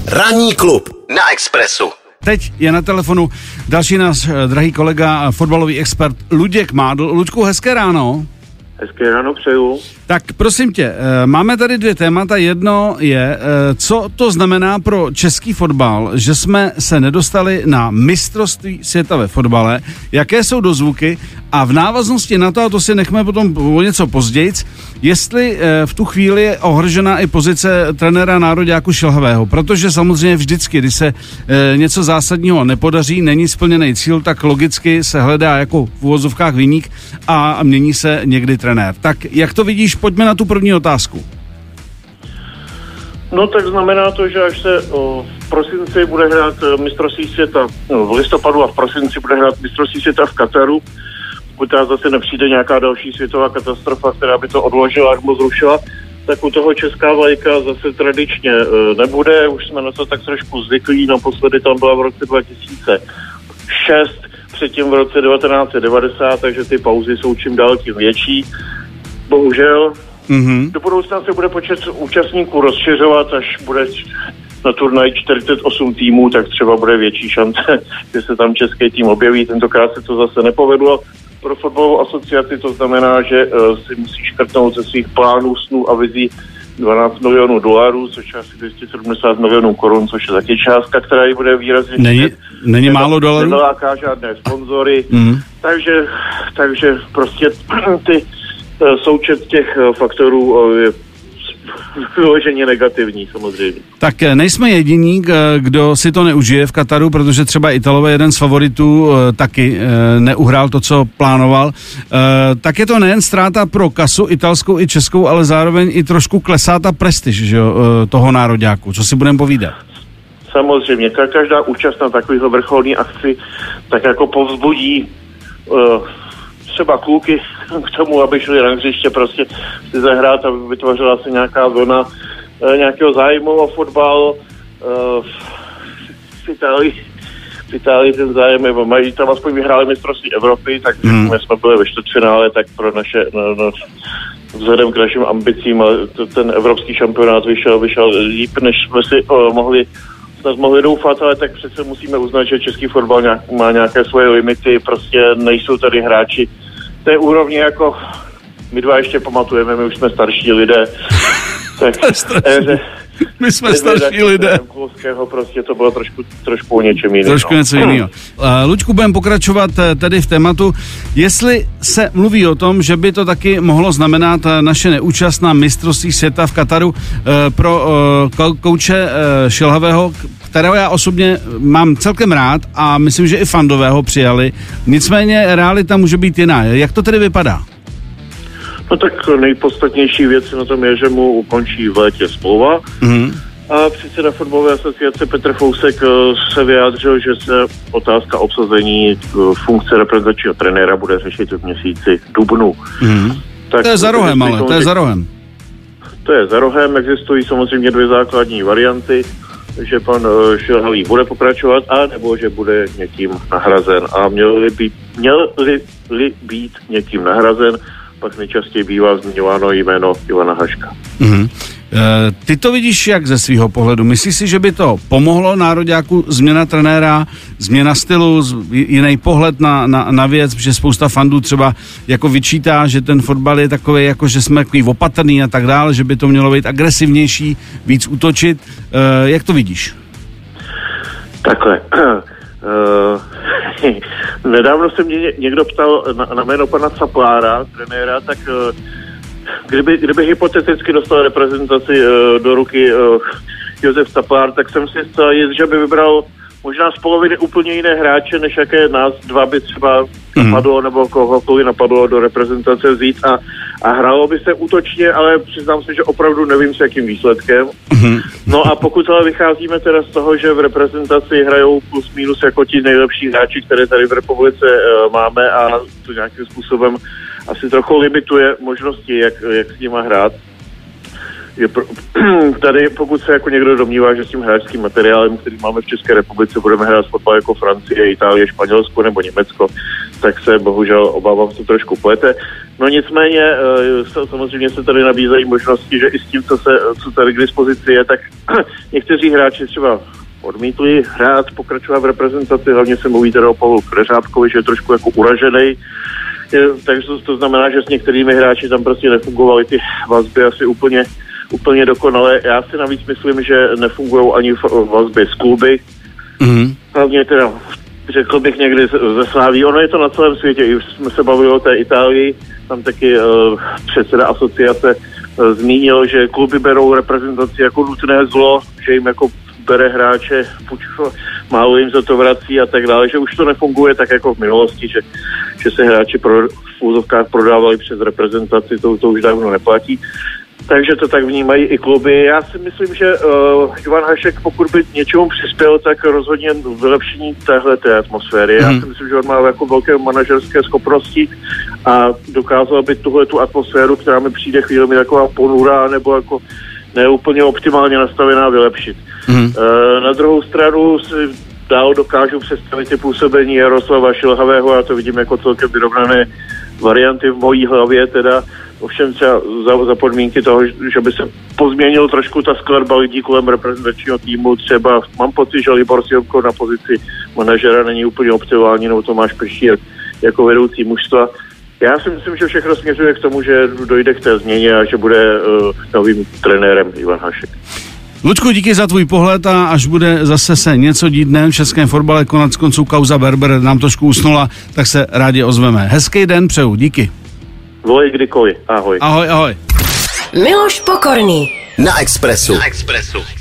Ranní klub na Expressu. Teď je na telefonu další náš drahý kolega, fotbalový expert Luděk Mádl. Luďku, hezké ráno. Hezké ráno přeju. Tak prosím tě, máme tady dvě témata. Jedno je, co to znamená pro český fotbal, že jsme se nedostali na mistrovství světa ve fotbale, jaké jsou dozvuky a v návaznosti na to, a to si nechme potom o něco pozdějc, jestli v tu chvíli je ohrožena i pozice trenéra nároďáku Šilhavého, protože samozřejmě vždycky, když se něco zásadního nepodaří, není splněný cíl, tak logicky se hledá jako v uvozovkách viník a mění se někdy trenér. Tak jak to vidíš? Pojďme na tu první otázku. No tak znamená to, že až se v prosinci bude hrát mistrovství světa, v listopadu a v prosinci bude hrát mistrovství světa v Kataru, pokud zase nepřijde nějaká další světová katastrofa, která by to odložila nebo zrušila, tak u toho česká vlajka zase tradičně nebude, už jsme na to tak trošku zvyklí, naposledy tam byla v roce 2006, předtím v roce 1990, takže ty pauzy jsou čím dál tím větší. Bohužel. Do budoucna se bude počet účastníků rozšiřovat, až bude na turnaji 48 týmů, tak třeba bude větší šance, že se tam český tým objeví. Tentokrát se to zase nepovedlo pro fotbalovou asociaci, to znamená, že si musí škrtnout ze svých plánů, snů a vizí $12 milionů, což je asi 270 milionů korun, což je taky částka, která ji bude výrazně... Není málo dolarů? Neláká žádné sponzory, takže prostě ty součet těch faktorů je vyloženě negativní samozřejmě. Tak nejsme jediní, kdo si to neužije v Kataru, protože třeba Italové, jeden z favoritů, taky neuhrál to, co plánoval. Tak je to nejen ztráta pro kasu italskou i českou, ale zároveň i trošku klesá ta prestiž, že jo, toho nároďáku. Co si budeme povídat? Samozřejmě, každá účast na takovýhle vrcholný akci tak jako povzbudí třeba kluky k tomu, aby šli na hřiště prostě si zahrát, aby vytvořila se nějaká zóna nějakého zájmu o fotbal. V Itálii ten zájem je, mají tam aspoň vyhráli mistrovství Evropy, tak jsme byli ve čtvrtfinále, tak pro naše vzhledem k našim ambicím ten evropský šampionát vyšel líp, než jsme si mohli doufat, ale tak přece musíme uznat, že český fotbal má nějaké svoje limity, prostě nejsou tady hráči té úrovni, jako my dva ještě pamatujeme, my už jsme starší lidé. Tak, my jsme starší lidé. Prostě to bylo trošku o něčem jiném. Trošku něco jiného. Luďku, budeme pokračovat tedy v tématu. Jestli se mluví o tom, že by to taky mohlo znamenat naše neúčast na mistrovství světa v Kataru pro kouče Šilhavého, kterého já osobně mám celkem rád a myslím, že i fandové ho přijali. Nicméně realita může být jiná. Jak to tedy vypadá? No tak nejpodstatnější věc na tom je, že mu ukončí v létě smlouva. A předseda fotbalové asociace Petr Fousek se vyjádřil, že se otázka obsazení funkce reprezentačního trenéra bude řešit v měsíci dubnu. Tak to je za rohem, ale to je za rohem. To je za rohem, existují samozřejmě dvě základní varianty, že pan Šilhavý bude pokračovat, a nebo že bude někým nahrazen. A měl-li být někým nahrazen, pak nejčastěji bývá zmiňováno jméno Ivana Haška. Ty to vidíš jak ze svého pohledu? Myslíš si, že by to pomohlo nároďáku změna trenéra, změna stylu, jiný pohled na věc, protože spousta fandů třeba jako vyčítá, že ten fotbal je takový, jako že jsme takový opatrný a tak dále, že by to mělo být agresivnější, víc útočit. Jak to vidíš? Takhle. Nedávno se mě někdo ptal na jméno pana Caplára, trenéra, tak kdyby hypoteticky dostal reprezentaci do ruky Josef Caplár, tak jsem si zcela jist, že by vybral možná z poloviny úplně jiné hráče, než jaké nás dva by třeba napadlo, nebo kohokoliv napadlo do reprezentace vzít a hrálo by se útočně, ale přiznám se, že opravdu nevím, s jakým výsledkem. No a pokud ale vycházíme teda z toho, že v reprezentaci hrajou plus minus jako ti nejlepší hráči, které tady v republice máme, a to nějakým způsobem asi trochu limituje možnosti, jak s nima hrát. Tady, pokud se jako někdo domnívá, že s tím hráčským materiálem, který máme v České republice, budeme hrát fotbal jako Francie, Itálie, Španělsko nebo Německo, tak se bohužel obávám, to trošku plete. No nicméně samozřejmě se tady nabízejí možnosti, že i s tím, co tady k dispozici je, tak někteří hráči třeba odmítli hrát, pokračovat v reprezentaci, hlavně se mluví teda o Pavlu Křeřábkovi, že je trošku jako uražený. Takže to znamená, že s některými hráči tam prostě nefungovaly ty vazby asi úplně dokonale. Já si navíc myslím, že nefungují ani vazby z kluby. Hlavně teda, řekl bych někdy ze Sláví. Ono je to na celém světě. Už jsme se bavili o té Itálii. Tam taky předseda asociace zmínil, že kluby berou reprezentaci jako nutné zlo, že jim jako bere hráče, málo jim za to vrací a tak dále, že už to nefunguje tak jako v minulosti, že se hráči v úzovkách prodávali přes reprezentaci, to už dávno neplatí. Takže to tak vnímají i kluby. Já si myslím, že Ivan Hašek, pokud by něčemu přispěl, tak rozhodně vylepšení téhleté atmosféry. Já si myslím, že on má jako velké manažerské schopnosti a dokázal by tuhletu atmosféru, která mi přijde chvíli taková ponurá nebo jako neúplně optimálně nastavená, vylepšit. Na druhou stranu si dál dokážu představit ty působení Jaroslava Šilhavého, já to vidím jako celkem vyrovnané varianty v mojí hlavě, teda ovšem třeba za podmínky toho, že by se pozměnil trošku ta skladba lidí kolem reprezentačního týmu, třeba mám pocit, že Libor Sjomko na pozici manažera není úplně optimální, nebo Tomáš Prší jako vedoucí mužstva. Já si myslím, že všechno směřuje k tomu, že dojde k té změně a že bude novým trenérem Ivan Hašek. Lučku, díky za tvůj pohled a až bude zase se něco dít dnem v českém fotbale, konec konců kauza Berber nám trošku usnula, tak se rádi ozveme. Hezký den přeju, díky. Volej kdykoliv, ahoj. Ahoj, ahoj. Miloš Pokorný. Na Expressu.